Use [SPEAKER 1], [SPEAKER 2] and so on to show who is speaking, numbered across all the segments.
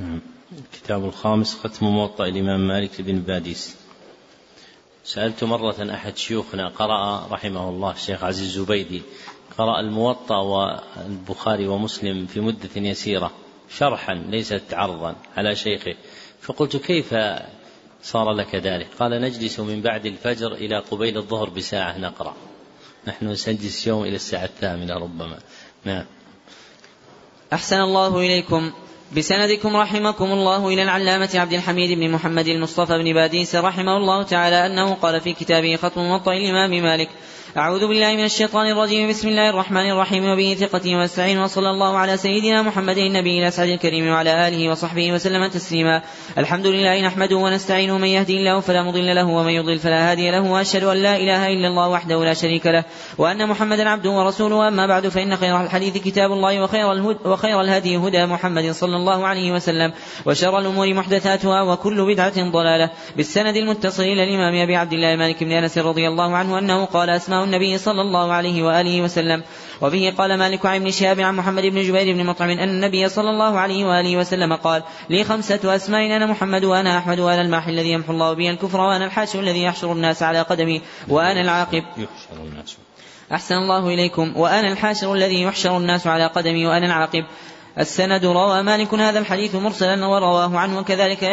[SPEAKER 1] الكتاب الخامس ختم موطأ الإمام مالك بن باديس. سألت مرة أحد شيوخنا قرأ رحمه الله الشيخ عزيز الزبيدي قرأ الموطأ والبخاري ومسلم في مدة يسيرة شرحا ليست عرضا على شيخه، فقلت كيف صار لك ذلك؟ قال نجلس من بعد الفجر إلى قبيل الظهر بساعة نقرأ، نحن نجلس يوم إلى الساعة 8 ربما. نعم.
[SPEAKER 2] أحسن الله إليكم. بسندكم رحمكم الله إلى العلامة عبد الحميد بن محمد المصطفى بن باديس رحمه الله تعالى أنه قال في كتابه ختم موطأ الإمام مالك: أعوذ بالله من الشيطان الرجيم، بسم الله الرحمن الرحيم، وبه ثقتي واستعين، وصلى الله على سيدنا محمد النبي الأسعد الكريم وعلى آله وصحبه وسلم تسليما. الحمد لله نحمده ونستعينه، من يهدي الله فلا مضل له ومن يضلل فلا هادي له، وأشهد أن لا إله إلا الله وحده لا شريك له وأن محمدا عبده ورسوله. أما بعد، فإن خير الحديث كتاب الله وخير الهدي هدى محمد صلى الله عليه وسلم، وشر الأمور محدثاتها وكل بدعة ضلالة. بالسند المتصل إلى الإمام أبي عبد الله مالك بن أنس رضي الله عنه أنه قال: أسماء النبي صلى الله عليه وآله وسلم. وبه قال مالك عن ابن شهاب عن محمد بن جبير بن مطعم أن النبي صلى الله عليه وآله وسلم قال: لي 5 أسماء: أنا محمد، وأنا أحمد، وأنا الماحي الذي يمحو الله به الكفر، وأنا الحاشر الذي يحشر الناس على قدمي، وأنا العاقب. أحسن الله إليكم. وأنا الحاشر الذي يحشر الناس على قدمي، وأنا العاقب. السند: روى مالك هذا الحديث مرسلا، ورواه عنه كذلك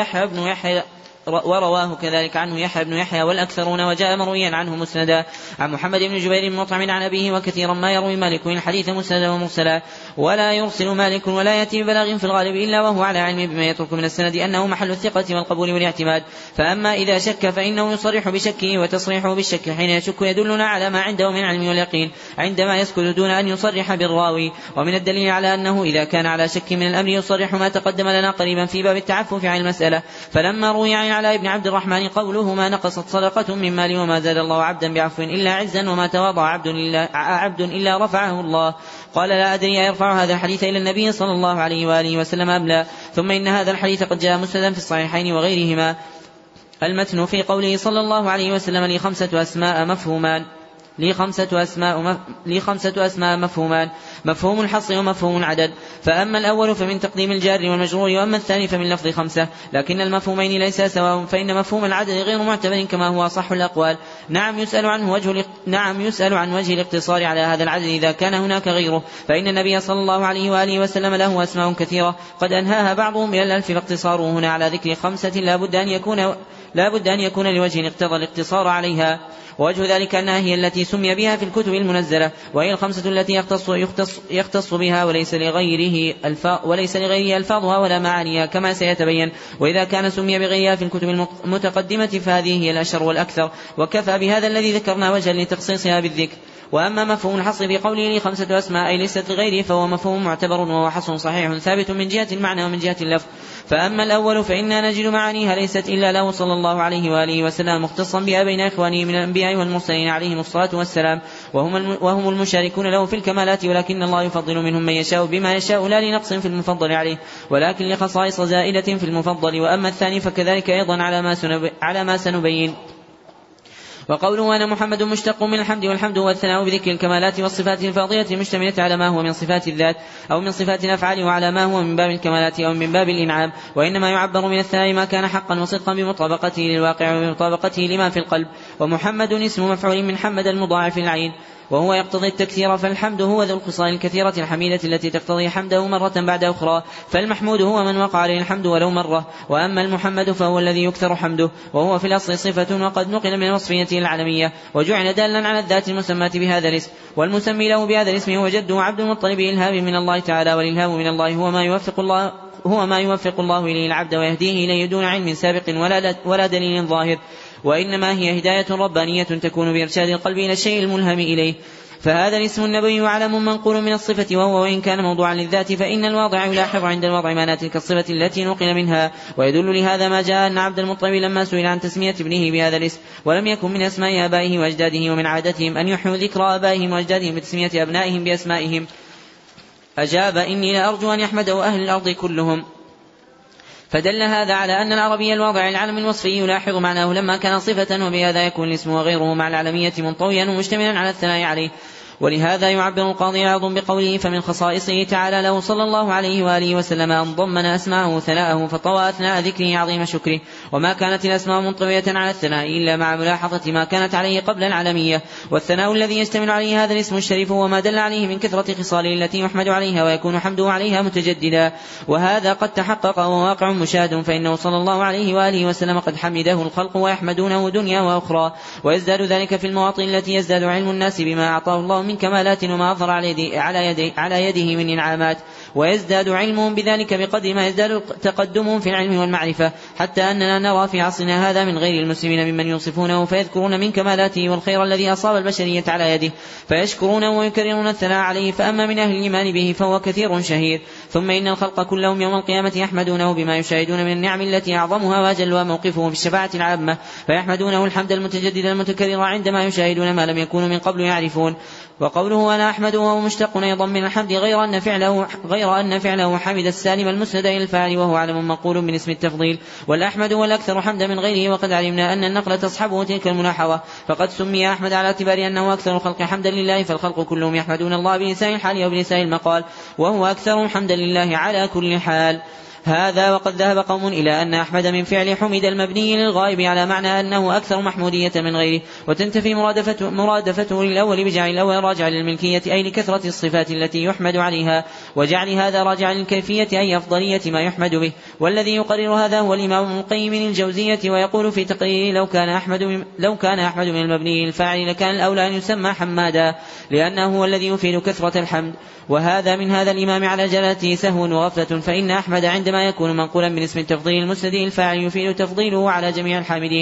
[SPEAKER 2] عنه يحيى بن يحيى والأكثرون، وجاء مرويا عنه مسندا عن محمد بن جبير بن مطعم عن أبيه. وكثيرا ما يروي مالك الحديث مسندا ومرسلا، ولا يرسل مالك ولا يأتي ببلاغ في الغالب إلا وهو على علم بما يترك من السند أنه محل الثقة والقبول والاعتماد. فأما إذا شك فإنه يصرح بشكه، وتصريحه بالشك حين يشك يدلنا على ما عنده من علم واليقين عندما يسكت دون أن يصرح بالراوي. ومن الدليل على أنه إذا كان على شك من الأمر يصرح ما تقدم لنا قريبا في باب التعفف عن المسألة. فلما روي عن علاء بن عبد الرحمن قوله: ما نقصت صدقة من مال وما زاد الله عبدا بعفو إلا عزا، وما تواضع عبد إلا رفعه الله، قال: لا أدري يرفع هذا الحديث إلى النبي صلى الله عليه وآله وسلم أم لا. ثم إن هذا الحديث قد جاء مسندا في الصحيحين وغيرهما. المتن في قوله صلى الله عليه وسلم: لي 5 أسماء مفهومان. لي 5 أسماء مفهومان: مفهوم الحصر ومفهوم العدد. فأما الأول فمن تقديم الجار والمجرور، وأما الثاني فمن لفظ 5. لكن المفهومين ليس سواء، فإن مفهوم العدد غير معتبر كما هو أصح الأقوال. نعم يسأل عن وجه الاقتصار على هذا العدد إذا كان هناك غيره، فإن النبي صلى الله عليه وآله وسلم له أسماء كثيرة قد أنهاها بعضهم إلى 1000، فاقتصاره هنا على ذكر 5 لا بد أن يكون لوجه اقتضى الاقتصار عليها. ووجه ذلك أنها هي التي سمي بها في الكتب المنزلة، وهي 5 التي يختص بها، وليس لغيره ألفاظها ولا معانيها كما سيتبين. وإذا كان سمي بغيرها في الكتب المتقدمة فهذه هي الأشهر والأكثر، وكفى بهذا الذي ذكرنا وجها لتخصيصها بالذكر. وأما مفهوم الحصر بقوله: لي 5 أسماء أي ليست لغيره، فهو مفهوم معتبر، وهو حصر صحيح ثابت من جهة المعنى ومن جهة اللفظ. فأما الأول فإننا نجد معانيها ليست إلا له صلى الله عليه وآله وسلم، مختصا بها بين إخوانه من الأنبياء والمرسلين عليهم الصلاة والسلام، وهم المشاركون له في الكمالات، ولكن الله يفضل منهم من يشاء بما يشاء، لا لنقص في المفضل عليه، ولكن لخصائص زائدة في المفضل. وأما الثاني فكذلك أيضا على ما سنبين. وقوله: أنا محمد مشتق من الحمد، والحمد هو الثناء بذكر الكمالات والصفات الفاضلة المشتملة على ما هو من صفات الذات أو من صفات الأفعال، وعلى ما هو من باب الكمالات أو من باب الإنعام. وإنما يعبر من الثناء ما كان حقا وصدقا بمطابقته للواقع وبمطابقته لما في القلب. ومحمد اسم مفعول من حمد المضاعف العين، وهو يقتضي التكثير، فالحمد هو ذو الخصال الكثيرة الحميدة التي تقتضي حمده مرة بعد أخرى، فالمحمود هو من وقع عليه الحمد ولو مرة. وأما المحمد فهو الذي يكثر حمده، وهو في الأصل صفة، وقد نقل من وصفيته العالمية وجعل دالا على الذات المسماة بهذا الاسم. والمسمي له بهذا الاسم هو جده عبد المطلب إلهام من الله تعالى، والإلهام من الله هو ما يوفق الله إليه العبد ويهديه إليه دون علم سابق ولا دليل ظاهر، وإنما هي هداية ربانية تكون بإرشاد القلب إلى الشيء الملهم إليه. فهذا الاسم النبوي علم منقول من الصفة، وهو وإن كان موضوعا للذات فإن الواضع يلاحظ عند الوضع ما تلك الصفة التي نقل منها. ويدل لهذا ما جاء أن عبد المطلب لما سئل عن تسمية ابنه بهذا الاسم ولم يكن من أسماء آبائه وأجداده، ومن عادتهم أن يحيوا ذكر آبائهم وأجدادهم بتسمية أبنائهم بأسمائهم، أجاب: إني لأرجو أن يحمده أهل الأرض كلهم. فدل هذا على أن العربي الواضع العلم الوصفي يلاحظ معناه لما كان صفة، وبهذا يكون الاسم وغيره مع العلمية منطويا ومشتملا على الثناء عليه. ولهذا يعبر القاضي عياض بقوله فمن خصائصه تعالى له صلى الله عليه وآله وسلم أن ضمن أسماءه ثناءه فطوى أثناء ذكره عظيم شكره، وما كانت الأسماء منطوية على الثناء إلا مع ملاحظة ما كانت عليه قبل العالمية، والثناء الذي يشتمل عليه هذا الاسم الشريف هو ما دل عليه من كثرة خصاله التي يحمد عليها ويكون حمده عليها متجددا، وهذا قد تحقق وواقع مشاهد، فإنه صلى الله عليه وآله وسلم قد حمده الخلق ويحمدونه دنيا وأخرى، ويزداد ذلك في المواطن التي يزداد علم الناس بما أعطاه الله من كمالات وما أظهر على يده من إنعامات، ويزداد علمهم بذلك بقدر ما يزداد تقدمهم في العلم والمعرفة، حتى أننا نرى في عصرنا هذا من غير المسلمين ممن يوصفونه فيذكرون من كمالاته والخير الذي أصاب البشرية على يده فيشكرونه ويكررون الثناء عليه، فأما من أهل الإيمان به فهو كثير شهير. ثم إن الخلق كلهم يوم القيامة يحمدونه بما يشاهدون من النعم التي أعظمها واجلها موقفه في الشفاعة العامة، فيحمدونه الحمد المتجدد المتكرر عندما يشاهدون ما لم يكونوا من قبل يعرفون. وقوله أنا أحمد وهو مشتق أيضا من الحمد غير أن فعله حمد السالم المسند إلى الفاعل وهو علم منقول من اسم التفضيل، والأحمد هو الأكثر حمدا من غيره، وقد علمنا أن النقل تصحبه تلك الملاحظة، فقد سمي أحمد على اعتبار أنه أكثر الخلق حمدا لله، فالخلق كلهم يحمدون الله بلسان الحال وبلسان المقال، وهو أكثر حمدا لله على كل حال. هذا وقد ذهب قوم إلى أن أحمد من فعل حمد المبني للغائب على معنى أنه أكثر محمودية من غيره، وتنتفي مرادفته للأول بجعل الأول راجع للملكية أي لكثرة الصفات التي يحمد عليها، وجعل هذا راجع للكيفية أي أفضلية ما يحمد به. والذي يقرر هذا هو الإمام ابن القيم الجوزية، ويقول في تقريره لو كان أحمد من المبني للفاعل لكان الأولى أن يسمى حمادا، لأنه هو الذي يفيد كثرة الحمد، وهذا من هذا الإمام على جلالته سهو وغفلة، فإن أحمد عندما يكون منقولا من اسم التفضيل المسند الفاعل يفيد تفضيله على جميع الحامدين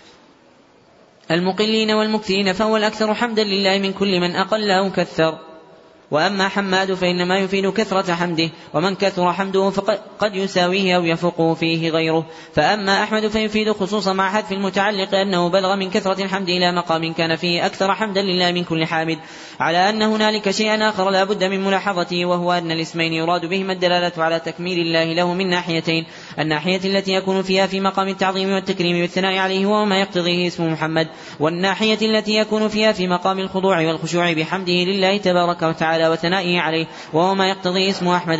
[SPEAKER 2] المقلين والمكثرين، فهو الأكثر حمدا لله من كل من أقل أو كثر. وأما حماد فإنما يفيد كثرة حمده، ومن كثر حمده فقد يساويه أو يفوقه فيه غيره. فأما أحمد فيفيد خصوصا مع حذف المتعلق أنه بلغ من كثرة الحمد إلى مقام كان فيه أكثر حمدا لله من كل حامد، على أن هنالك شيئا آخر لا بد من ملاحظته، وهو أن الاسمين يراد بهما الدلالة على تكميل الله له من ناحيتين: الناحية التي يكون فيها في مقام التعظيم والتكريم والثناء عليه وهو ما يقتضيه اسم محمد، والناحية التي يكون فيها في مقام الخضوع والخشوع بحمده لله تبارك وتعالى وثنائه عليه وهو ما يقتضي اسم أحمد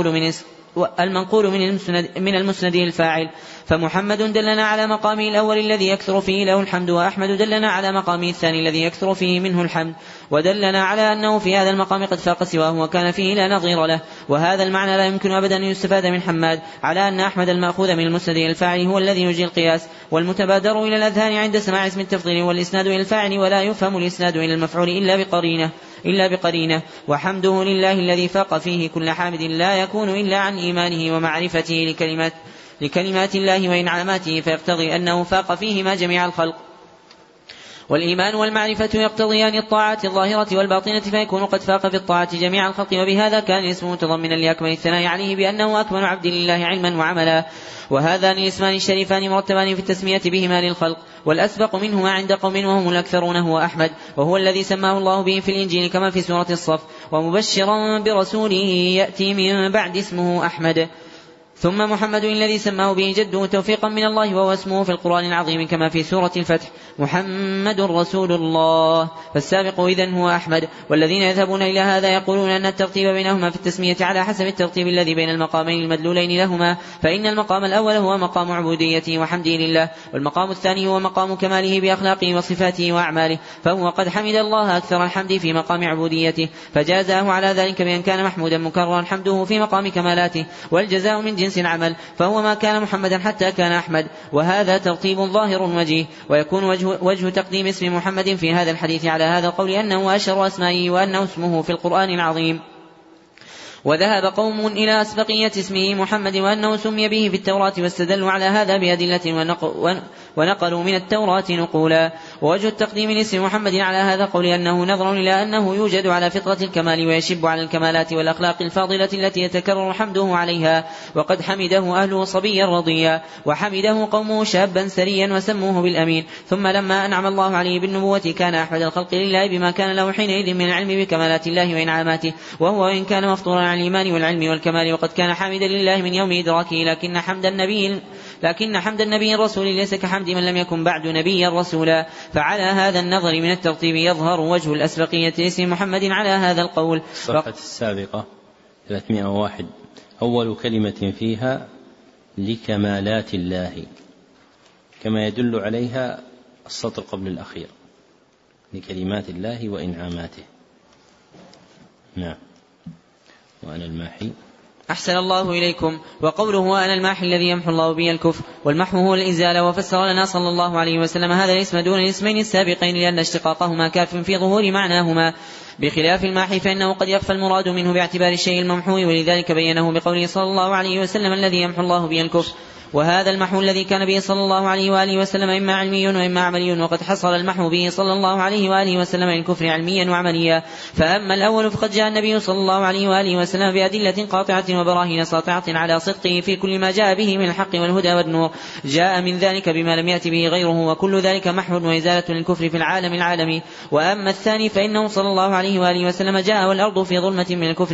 [SPEAKER 2] المنقول من المسند الفاعل. فمحمد دلنا على مقامه الأول الذي يكثر فيه له الحمد، وأحمد دلنا على مقامه الثاني الذي يكثر فيه منه الحمد، ودلنا على أنه في هذا المقام قد فاق سواه وكان فيه لا نظير له. وهذا المعنى لا يمكن أبدا أن يستفاد من حماد، على أن أحمد المأخوذ من المسند الفاعل هو الذي يجي القياس والمتبادر إلى الأذهان عند سماع اسم التفضيل والإسناد إلى الفاعل، ولا يفهم الإسناد إلى المفعول إلا بقرينة. وحمده لله الذي فاق فيه كل حامد لا يكون إلا عن إيمانه ومعرفته لكلمات الله وإنعاماته، فيقتضي أنه فاق فيهما جميع الخلق. والإيمان والمعرفة يقتضيان الطاعات الظاهرة والباطنة، فيكون قد فاق في الطاعات جميع الخلق، وبهذا كان الاسم متضمنا لأكمل الثناء عليه بأنه أكمل عبد لله علما وعملا. وهذان الاسمان الشريفان مرتبان في التسمية بهما للخلق، والأسبق منهما عند قوم وهم الأكثرون هو أحمد، وهو الذي سماه الله به في الإنجيل كما في سورة الصف: ومبشرا برسول يأتي من بعد اسمه أحمد. ثم محمد الذي سماه به جده توفيقا من الله، وهو اسمه في القرآن العظيم كما في سورة الفتح: محمد رسول الله. فالسابق إذن هو أحمد. والذين يذهبون إلى هذا يقولون أن الترتيب بينهما في التسمية على حسب الترتيب الذي بين المقامين المدلولين لهما، فإن المقام الأول هو مقام عبوديته وحمده لله، والمقام الثاني هو مقام كماله بأخلاقه وصفاته وأعماله، فهو قد حمد الله أكثر الحمد في مقام عبوديته، فجازاه على ذلك بأن كان محمودا مكررا حمده في مقام كمالاته، والجزاء من جنس العمل، فهو ما كان محمدا حتى كان أحمد. وهذا ترتيب ظاهر وجيه. ويكون وجه تقديم اسم محمد في هذا الحديث على هذا القول أنه أشهر أسمائه وأنه اسمه في القرآن العظيم. وذهب قوم إلى أسبقية اسمه محمد وأنه سمي به في التوراة، واستدلوا على هذا بأدلة ونقلوا من التوراة نقولا. ووجه التقديم لاسم محمد على هذا قول أنه نظر إلى أنه يوجد على فطرة الكمال ويشب على الكمالات والأخلاق الفاضلة التي يتكرر حمده عليها، وقد حمده أهله صبيا رضيا، وحمده قومه شابا سريا وسموه بالأمين. ثم لما أنعم الله عليه بالنبوة كان أحمد الخلق لله بما كان له حينئذ من العلم بكمالات الله وإنعاماته، وهو إن كان مفطورا عن الإيمان والعلم والكمال، وقد كان حامدا لله من يوم إدراكه، لكن حمد النبي الرسول ليس كحمد من لم يكن بعد نبيا رسولا. فعلى هذا النظر من الترتيب يظهر وجه الأسبقية لاسم محمد على هذا القول.
[SPEAKER 1] الصفحة السابقة 301 أول كلمة فيها لكمالات الله، كما يدل عليها السطر قبل الأخير، لكلمات الله وإنعاماته. نعم. وأنا الماحي.
[SPEAKER 2] أحسن الله إليكم. وقوله وأنا الماحي الذي يمحو الله به الكفر، والمحو هو الإزالة. وفسر لنا صلى الله عليه وسلم هذا الاسم دون الاسمين السابقين لأن اشتقاقهما كاف في ظهور معناهما، بخلاف الماحي فإنه قد يخفى المراد منه باعتبار الشيء الممحو، ولذلك بينه بقوله صلى الله عليه وسلم الذي يمحو الله به الكفر. وهذا المحو الذي كان به صلى الله عليه وآله وسلم إما علمي وإما عملي، وقد حصل المحو به صلى الله عليه وآله وسلم الكفر علميا وعمليا. فأما الأول فقد جاء النبي صلى الله عليه وآله وسلم بأدلة قاطعة وبراهين ساطعة على صدقه في كل ما جاء به من الحق والهدى والنور، جاء من ذلك بما لم يأت به غيره، وكل ذلك محو وإزالة للكفر في العالم العالمي. وأما الثاني فإنه صلى الله عليه وآله وسلم جاء والأرض في ظلمة من الكفر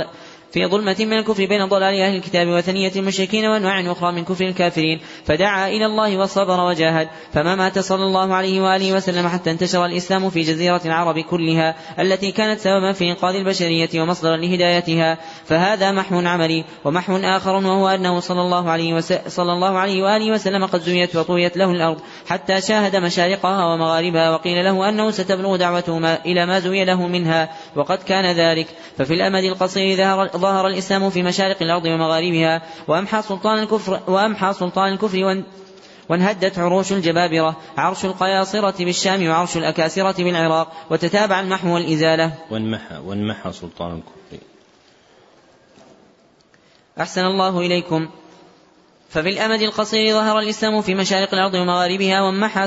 [SPEAKER 2] بين ضلال أهل الكتاب وثنية المشركين وأنواع أخرى من كفر الكافرين، فدعا إلى الله وصبر وجاهد، فما مات صلى الله عليه وآله وسلم حتى انتشر الإسلام في جزيرة العرب كلها التي كانت سببا في إنقاذ البشرية ومصدرا لهدايتها. فهذا محو عملي. ومحو آخر وهو أنه صلى الله عليه وآله وسلم قد زويت وطويت له الأرض حتى شاهد مشارقها ومغاربها، وقيل له أنه ستبلغ دعوته إلى ما زوي له منها، وقد كان ذلك. ففي الأمد القصير ظهر الإسلام في مشارق الأرض ومغاربها، وأمحى سلطان الكفر وانهدت عروش الجبابرة، عرش القياصرة بالشام وعرش الأكاسرة بالعراق، وتتابع المحو والإزالة.
[SPEAKER 1] وانمحى سلطان الكفر.
[SPEAKER 2] أحسن الله إليكم. ففي الأمد القصير ظهر الإسلام في مشارق الأرض ومغاربها، وامحى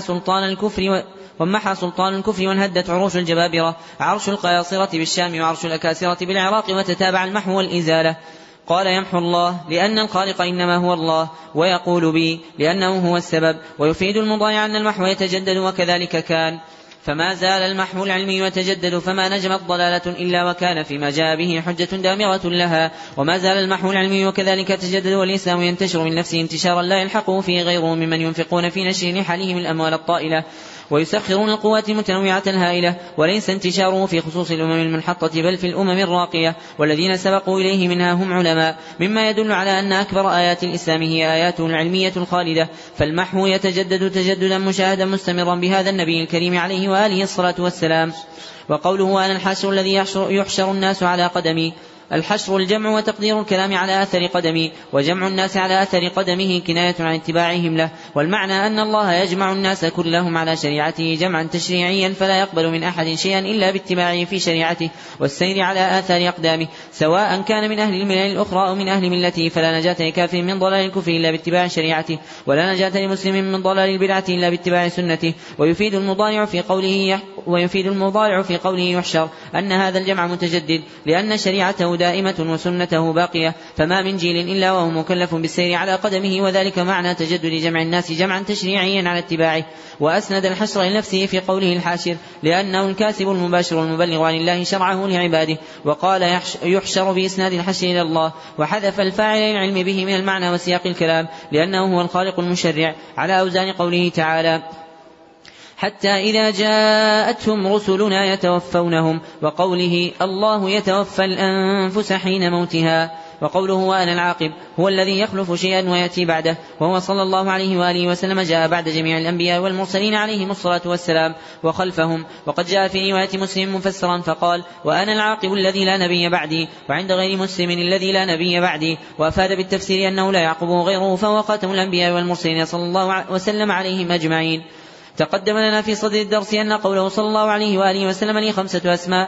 [SPEAKER 2] سلطان الكفر وانهدت عروش الجبابرة، عرش القياصرة بالشام وعرش الأكاسرة بالعراق، وتتابع المحو والإزالة. قال يمحو الله لأن الخالق إنما هو الله، ويقول بي لأنه هو السبب، ويفيد المضايع أن المحو يتجدد وكذلك كان. فما زال المحو العلمي يتجدد، فما نجمت ضلالة إلا وكان فيما جاء به حجة دامغة لها. وما زال المحو العلمي وكذلك يتجدد، والإسلام ينتشر من نفسه انتشارا لا يلحقه فيه غيره ممن ينفقون في نشر نحلهم الأموال الطائلة ويسخرون القوات المتنوعة الهائلة، وليس انتشاره في خصوص الأمم المنحطة بل في الأمم الراقية، والذين سبقوا إليه منها هم علماء، مما يدل على أن أكبر آيات الإسلام هي آياته العلمية الخالدة. فالمحو يتجدد تجددا مشاهدا مستمرا بهذا النبي الكريم عليه وآله الصلاة والسلام. وقوله أنا الحاشر الذي يحشر الناس على قدمي، الحشر الجمع وتقدير الكلام على أثر قدمي، وجمع الناس على أثر قدمه كناية عن اتباعهم له، والمعنى أن الله يجمع الناس كلهم على شريعته جمعا تشريعيا، فلا يقبل من أحد شيئا إلا باتباعه في شريعته والسير على آثار أقدامه، سواء كان من أهل الملل الأخرى أو من أهل ملته. فلا نجاة لكافر من ضلال الكفر إلا باتباع شريعته، ولا نجاة لمسلم من ضلال البدعة إلا باتباع سنته. ويفيد المضارع في قوله يحشر أن هذا الجمع متجدد، لأن شريعته دائمة وسنته باقية، فما من جيل إلا وهو مكلف بالسير على قدمه، وذلك معنى تجدد جمع الناس جمعا تشريعيا على اتباعه. وأسند الحشر لنفسه في قوله الحاشر لأنه الكاسب المباشر المبلغ عن الله شرعه لعباده، وقال يحشر بإسناد الحشر إلى الله، وحذف الفاعل للعلم به من المعنى وسياق الكلام، لأنه هو الخالق المشرع، على أوزان قوله تعالى حتى إذا جاءتهم رسلنا يتوفونهم، وقوله الله يتوفى الأنفس حين موتها. وقوله وأنا العاقب هو الذي يخلف شيئا ويأتي بعده، وهو صلى الله عليه وآله وسلم جاء بعد جميع الأنبياء والمرسلين عليهم الصلاة والسلام وخلفهم. وقد جاء في رواية مسلم مفسرا فقال وأنا العاقب الذي لا نبي بعدي، وعند غير مسلم الذي لا نبي بعدي، وأفاد بالتفسير أنه لا يعقبه غيره، فهو خاتم الأنبياء والمرسلين صلى الله وسلم عليهم أجمعين. تقدم لنا في صدر الدرس أن قوله صلى الله عليه وآله وسلم لي خمسة أسماء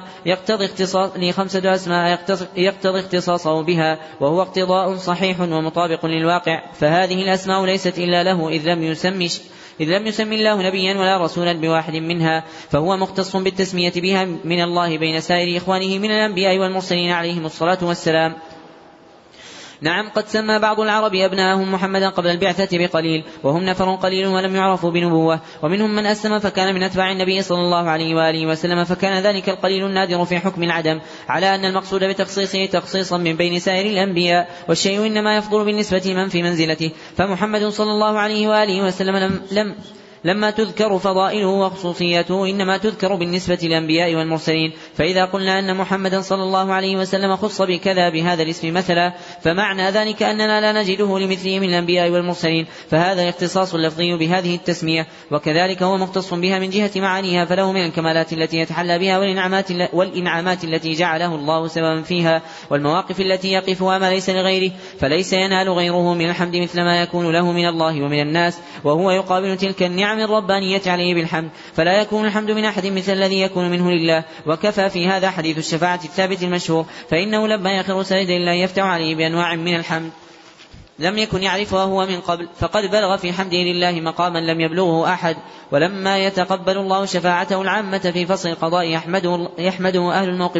[SPEAKER 2] يقتضي اختصاصه بها، وهو اقتضاء صحيح ومطابق للواقع. فهذه الأسماء ليست إلا له إذ لم يسم الله نبيا ولا رسولا بواحد منها، فهو مختص بالتسمية بها من الله بين سائر إخوانه من الأنبياء والمرسلين عليهم الصلاة والسلام. نعم قد سمى بعض العرب أبناءهم محمدا قبل البعثة بقليل، وهم نفر قليل ولم يعرفوا بنبوة، ومنهم من أسلم فكان من أتباع النبي صلى الله عليه وآله وسلم، فكان ذلك القليل النادر في حكم العدم، على أن المقصود بتخصيصه تخصيصا من بين سائر الأنبياء، والشيء إنما يفضل بالنسبة لمن في منزلته. فمحمد صلى الله عليه وآله وسلم لما تذكر فضائله وخصوصيته إنما تذكر بالنسبة للأنبياء والمرسلين. فإذا قلنا أن محمدا صلى الله عليه وسلم خص بكذا بهذا الاسم مثلا، فمعنى ذلك أننا لا نجده لمثله من الأنبياء والمرسلين، فهذا اختصاص لفظي بهذه التسمية، وكذلك هو مختص بها من جهة معانيها، فله من الكمالات التي يتحلى بها والإنعامات التي جعله الله سببا فيها، والمواقف التي يقفها ما ليس لغيره، فليس ينال غيره من الحمد مثل ما يكون له من الله ومن الناس، وهو يقابل تلك النعم الربانية عليه بالحمد، فلا يكون الحمد من أحد مثل الذي يكون منه لله. وكفى في هذا حديث الشفاعة الثابت المشهور، فإنه لما يخر سجدا لله يفتح عليه بأنواع من الحمد لم يكن يعرفها هو من قبل، فقد بلغ في حمده لله مقاما لم يبلغه أحد. ولما يتقبل الله شفاعته العامة في فصل القضاء يحمده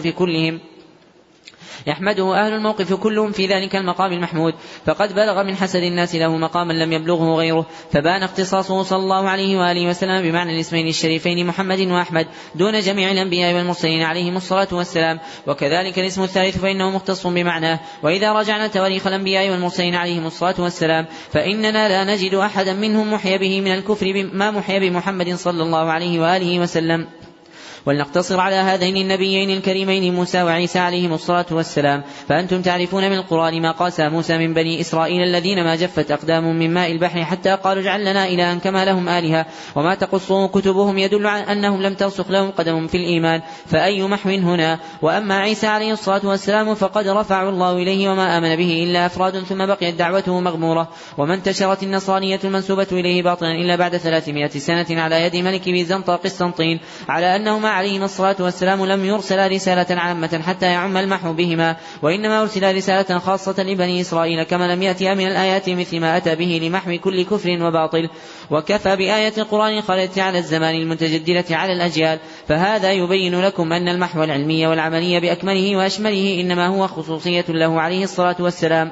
[SPEAKER 2] أهل الموقف كلهم في ذلك المقام المحمود، فقد بلغ من حسد الناس له مقاما لم يبلغه غيره، فبان اختصاصه صلى الله عليه وآله وسلم بمعنى الاسمين الشريفين محمد وأحمد دون جميع الأنبياء والمرسلين عليهم الصلاة والسلام. وكذلك الاسم الثالث فإنه مختص بمعناه. وإذا رجعنا تواريخ الأنبياء والمرسلين عليهم الصلاة والسلام فإننا لا نجد أحدا منهم محيا به من الكفر بما محيا بمحمد صلى الله عليه وآله وسلم. ولنقتصر على هذين النبيين الكريمين موسى وعيسى عليهم الصلاة والسلام. فأنتم تعرفون من القرآن ما قاسى موسى من بني إسرائيل الذين ما جفت أقدامهم من ماء البحر حتى قالوا اجعل لنا إلها كما لهم آلهة، وما تقصه كتبهم يدل على أنهم لم ترسخ لهم قدم في الإيمان، فأي محو هنا. وأما عيسى عليه الصلاة والسلام فقد رفعه الله إليه وما آمن به إلا أفراد ثم بقيت دعوته مغمورة، وما انتشرت النصرانية المنسوبة إليه باطلا إلا بعد 300 سنة على يد ملك بيزنطة قسطنطين، على أنهما عليهما الصلاة والسلام لم يرسل رسالة عامة حتى يعم المحو بهما، وإنما أرسل رسالة خاصة لبني إسرائيل، كما لم يأتي من الآيات مثل ما أتى به لمحو كل كفر وباطل. وكفى بآية القرآن خالدة على الزمان المتجدلة على الأجيال. فهذا يبين لكم أن المحو العلمي والعملي بأكمله وأشمله إنما هو خصوصية له عليه الصلاة والسلام.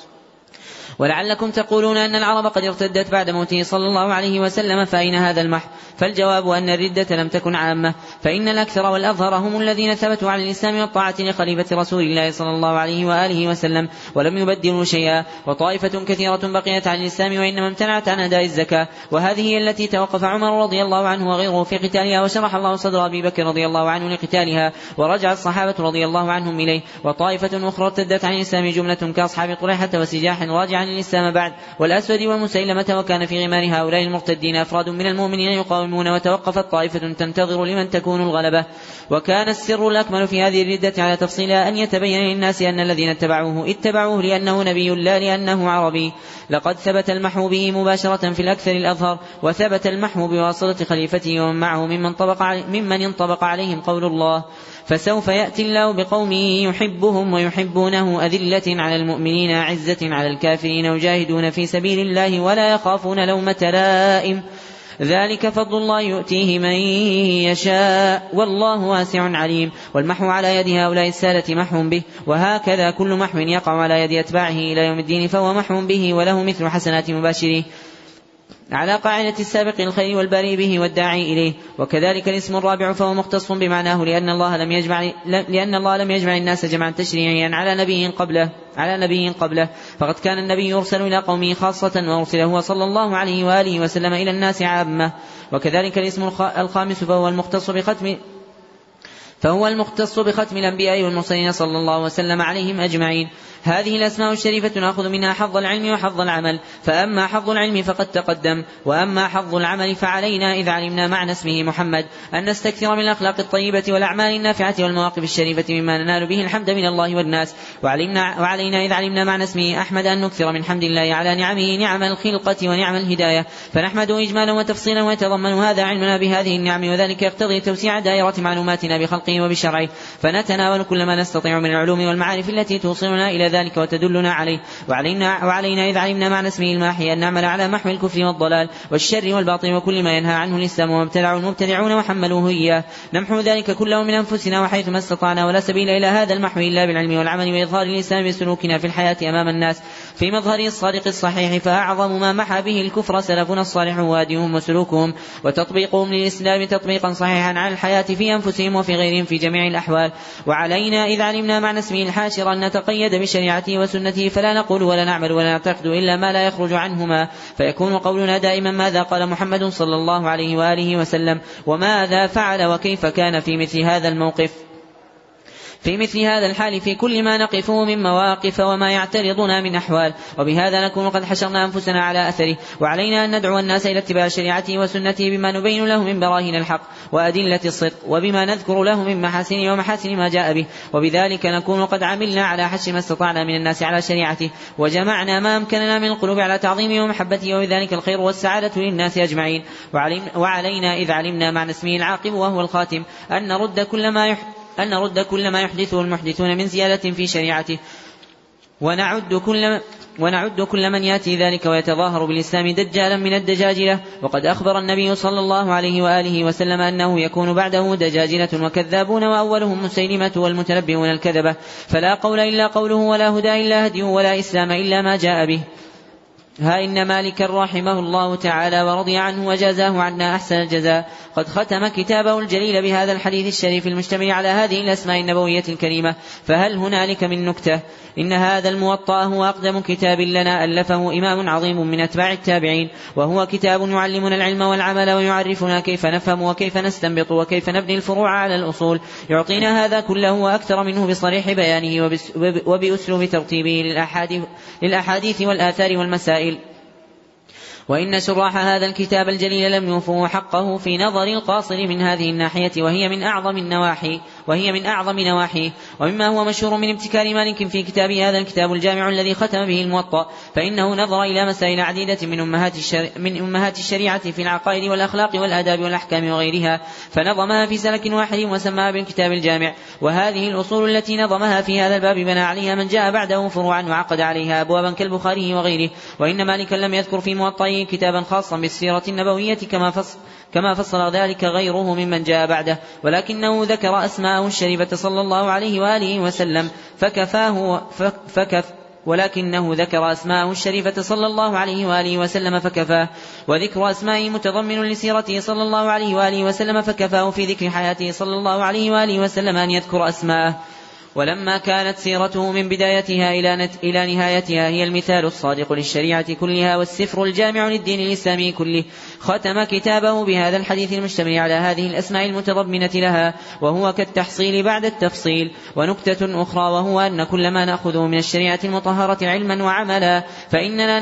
[SPEAKER 2] ولعلكم تقولون أن العرب قد ارتدت بعد موته صلى الله عليه وسلم، فأين هذا المحو؟ فالجواب أن الردة لم تكن عامة، فإن الأكثر والأظهر هم الذين ثبتوا على الإسلام والطاعة لخليفة رسول الله صلى الله عليه وآله وسلم ولم يبدلوا شيئا، وطائفة كثيرة بقيت على الإسلام وإنما امتنعت عن أداء الزكاة، وهذه هي التي توقف عمر رضي الله عنه وغيره في قتالها، وشرح الله صدر أبي بكر رضي الله عنه لقتالها، ورجع الصحابة رضي الله عنهم إليه. وطائفة أخرى ارتدت عن الإسلام جملة كأصحاب طليحة وسجاح راجعا الإسلام بعد، والأسود ومسيلمة، وكان في غمار هؤلاء المرتدين أفراد من المؤمنين يقاومون، وتوقفت طائفة تنتظر لمن تكون الغلبة. وكان السر الأكمل في هذه الردة على تفصيلها أن يتبين للناس أن الذين اتبعوه لأنه نبي لا لأنه عربي. لقد ثبت المحو به مباشرة في الأكثر الأظهر، وثبت المحو بواسطة خليفته ومن معه ممن ينطبق عليهم قول الله فسوف يأتي الله بقوم يحبهم ويحبونه أذلة على المؤمنين أعزة على الكافرين يجاهدون في سبيل الله ولا يخافون لومة لائم ذلك فضل الله يؤتيه من يشاء والله واسع عليم. والمحو على يد هؤلاء السادة محو به، وهكذا كل محو يقع على يد أتباعه إلى يوم الدين فهو محو به وله مثل حسنات مباشره على قاعدة السابق الخير والباري به والداعي إليه. وكذلك الاسم الرابع فهو مختص بمعناه لأن الله لم يجمع الناس جمعا تشريعيا على نبي قبله، فقد كان النبي يرسل إلى قومه خاصة، وأرسل هو صلى الله عليه وآله وسلم إلى الناس عامة. وكذلك الاسم الخامس فهو المختص بختم الأنبياء والمرسلين صلى الله وسلم عليهم أجمعين. هذه الأسماء الشريفة نأخذ منها حظ العلم وحظ العمل، فأما حظ العلم فقد تقدم، وأما حظ العمل فعلينا إذ علمنا معنى اسمه محمد أن نستكثر من الأخلاق الطيبة والأعمال النافعة والمواقف الشريفة مما ننال به الحمد من الله والناس. وعلينا إذ علمنا معنى اسمه أحمد أن نكثر من حمد الله على نعمه، نعم الخلقة ونعم الهداية، فنحمده إجمالا وتفصيلا، ويتضمن هذا علمنا بهذه النعم، وذلك يقتضي توسيع دائرة معلوماتنا بخلق بخلقه وبشرعه، فنتناول كل ما نستطيع من العلوم والمعارف التي توصلنا إلى ذلك وتدلنا عليه. وعلينا إذ علمنا معنى اسمه الماحي أن نعمل على محو الكفر والضلال والشر والباطل وكل ما ينهى عنه الإسلام وابتدعه المبتدعون وحملوه إياه، نمحو ذلك كله من أنفسنا وحيث ما استطعنا، ولا سبيل إلى هذا المحو إلا بالعلم والعمل وإظهار الإسلام بسلوكنا في الحياة أمام الناس في مظهره الصادق الصحيح. فأعظم ما محى به الكفر سلفنا الصالح وهديهم وسلوكهم وتطبيقهم للإسلام تطبيقا صحيحا على الحياة في أنفسهم وفي غيرهم في جميع الأحوال. وعلينا إذ علمنا معنى اسمه الحاشر أن نتقيد بشريعته وسنته، فلا نقول ولا نعمل ولا نعتقد إلا ما لا يخرج عنهما، فيكون قولنا دائما ماذا قال محمد صلى الله عليه وآله وسلم، وماذا فعل وكيف كان في مثل هذا الموقف، في مثل هذا الحال، في كل ما نقفه من مواقف وما يعترضنا من أحوال. وبهذا نكون قد حشرنا أنفسنا على أثره. وعلينا أن ندعو الناس إلى اتباع شريعته وسنته بما نبين له من براهين الحق وأدلة الصدق، وبما نذكر له من محاسن ومحاسن ما جاء به، وبذلك نكون قد عملنا على حشر ما استطعنا من الناس على شريعته، وجمعنا ما أمكننا من القلوب على تعظيمه ومحبته، وبذلك الخير والسعادة للناس أجمعين. وعلينا إذ علمنا معنى اسمه العاقب وهو الخاتم أن نرد كل ما يحدثه المحدثون من زيادة في شريعته، ونعد كل من يأتي ذلك ويتظاهر بالإسلام دجالا من الدجاجلة. وقد أخبر النبي صلى الله عليه وآله وسلم أنه يكون بعده دجاجلة وكذابون، وأولهم مسيلمة والمتنبئون الكذبة، فلا قول إلا قوله، ولا هدى إلا هديه، ولا إسلام إلا ما جاء به. إن مالكا رحمه الله تعالى ورضي عنه وجازاه عنا أحسن الجزاء قد ختم كتابه الجليل بهذا الحديث الشريف المشتمل على هذه الأسماء النبوية الكريمة. فهل هنالك من نكتة؟ إن هذا الموطأ هو أقدم كتاب لنا ألفه إمام عظيم من أتباع التابعين، وهو كتاب يعلمنا العلم والعمل ويعرفنا كيف نفهم وكيف نستنبط وكيف نبني الفروع على الأصول، يعطينا هذا كله وأكثر منه بصريح بيانه وبأسلوب ترتيبه للأحاديث والآثار والمسائل. وإن شراح هذا الكتاب الجليل لم يوفوا حقه في نظر القاصر من هذه الناحية، وهي من أعظم نواحيه. ومما هو مشهور من ابتكار مالك في كتابه هذا الكتاب الجامع الذي ختم به الموطأ، فإنه نظر إلى مسائل عديدة من أمهات الشريعة في العقائد والأخلاق والآداب والأحكام وغيرها، فنظمها في سلك واحد وسماها بالكتاب الجامع. وهذه الأصول التي نظمها في هذا الباب بنى عليها من جاء بعده فروعا وعقد عليها أبوابا كالبخاري وغيره. وإن مالكا لم يذكر في موطئه كتابا خاصا بالسيرة النبوية كما فصل ذلك غيره ممن جاء بعده، ولكنه ذكر أسماءه الشريفة صلى الله عليه وآله وسلم فكفاه، وذكر أسمائه متضمن لسيرته صلى الله عليه وآله وسلم فكفاه في ذكر حياته صلى الله عليه وآله وسلم أن يذكر أسماءه. ولما كانت سيرته من بدايتها إلى نهايتها هي المثال الصادق للشريعة كلها والسفر الجامع للدين الإسلامي كله، ختم كتابه بهذا الحديث المشتمل على هذه الأسماء المتضمنة لها، وهو كالتحصيل بعد التفصيل. ونكتة أخرى، وهو أن كل ما نأخذه من الشريعة المطهرة علما وعملا فإننا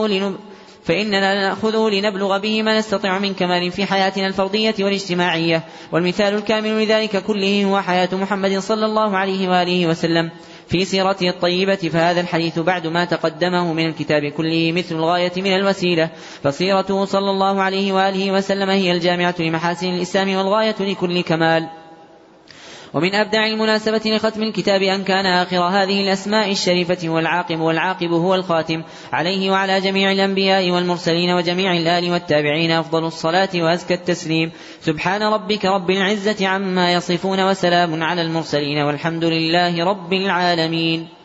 [SPEAKER 2] نأخذه لنبلغ به ما نستطيع من كمال في حياتنا الفردية والاجتماعية. والمثال الكامل لذلك كله هو حياة محمد صلى الله عليه وآله وسلم في سيرته الطيبة. فهذا الحديث بعد ما تقدمه من الكتاب كله مثل الغاية من الوسيلة، فسيرته صلى الله عليه وآله وسلم هي الجامعة لمحاسن الإسلام والغاية لكل كمال. ومن أبدع المناسبة لختم الكتاب أن كان آخر هذه الأسماء الشريفة هو العاقب، والعاقب هو الخاتم، عليه وعلى جميع الأنبياء والمرسلين وجميع الآل والتابعين أفضل الصلاة وأزكى التسليم. سبحان ربك رب العزة عما يصفون، وسلام على المرسلين، والحمد لله رب العالمين.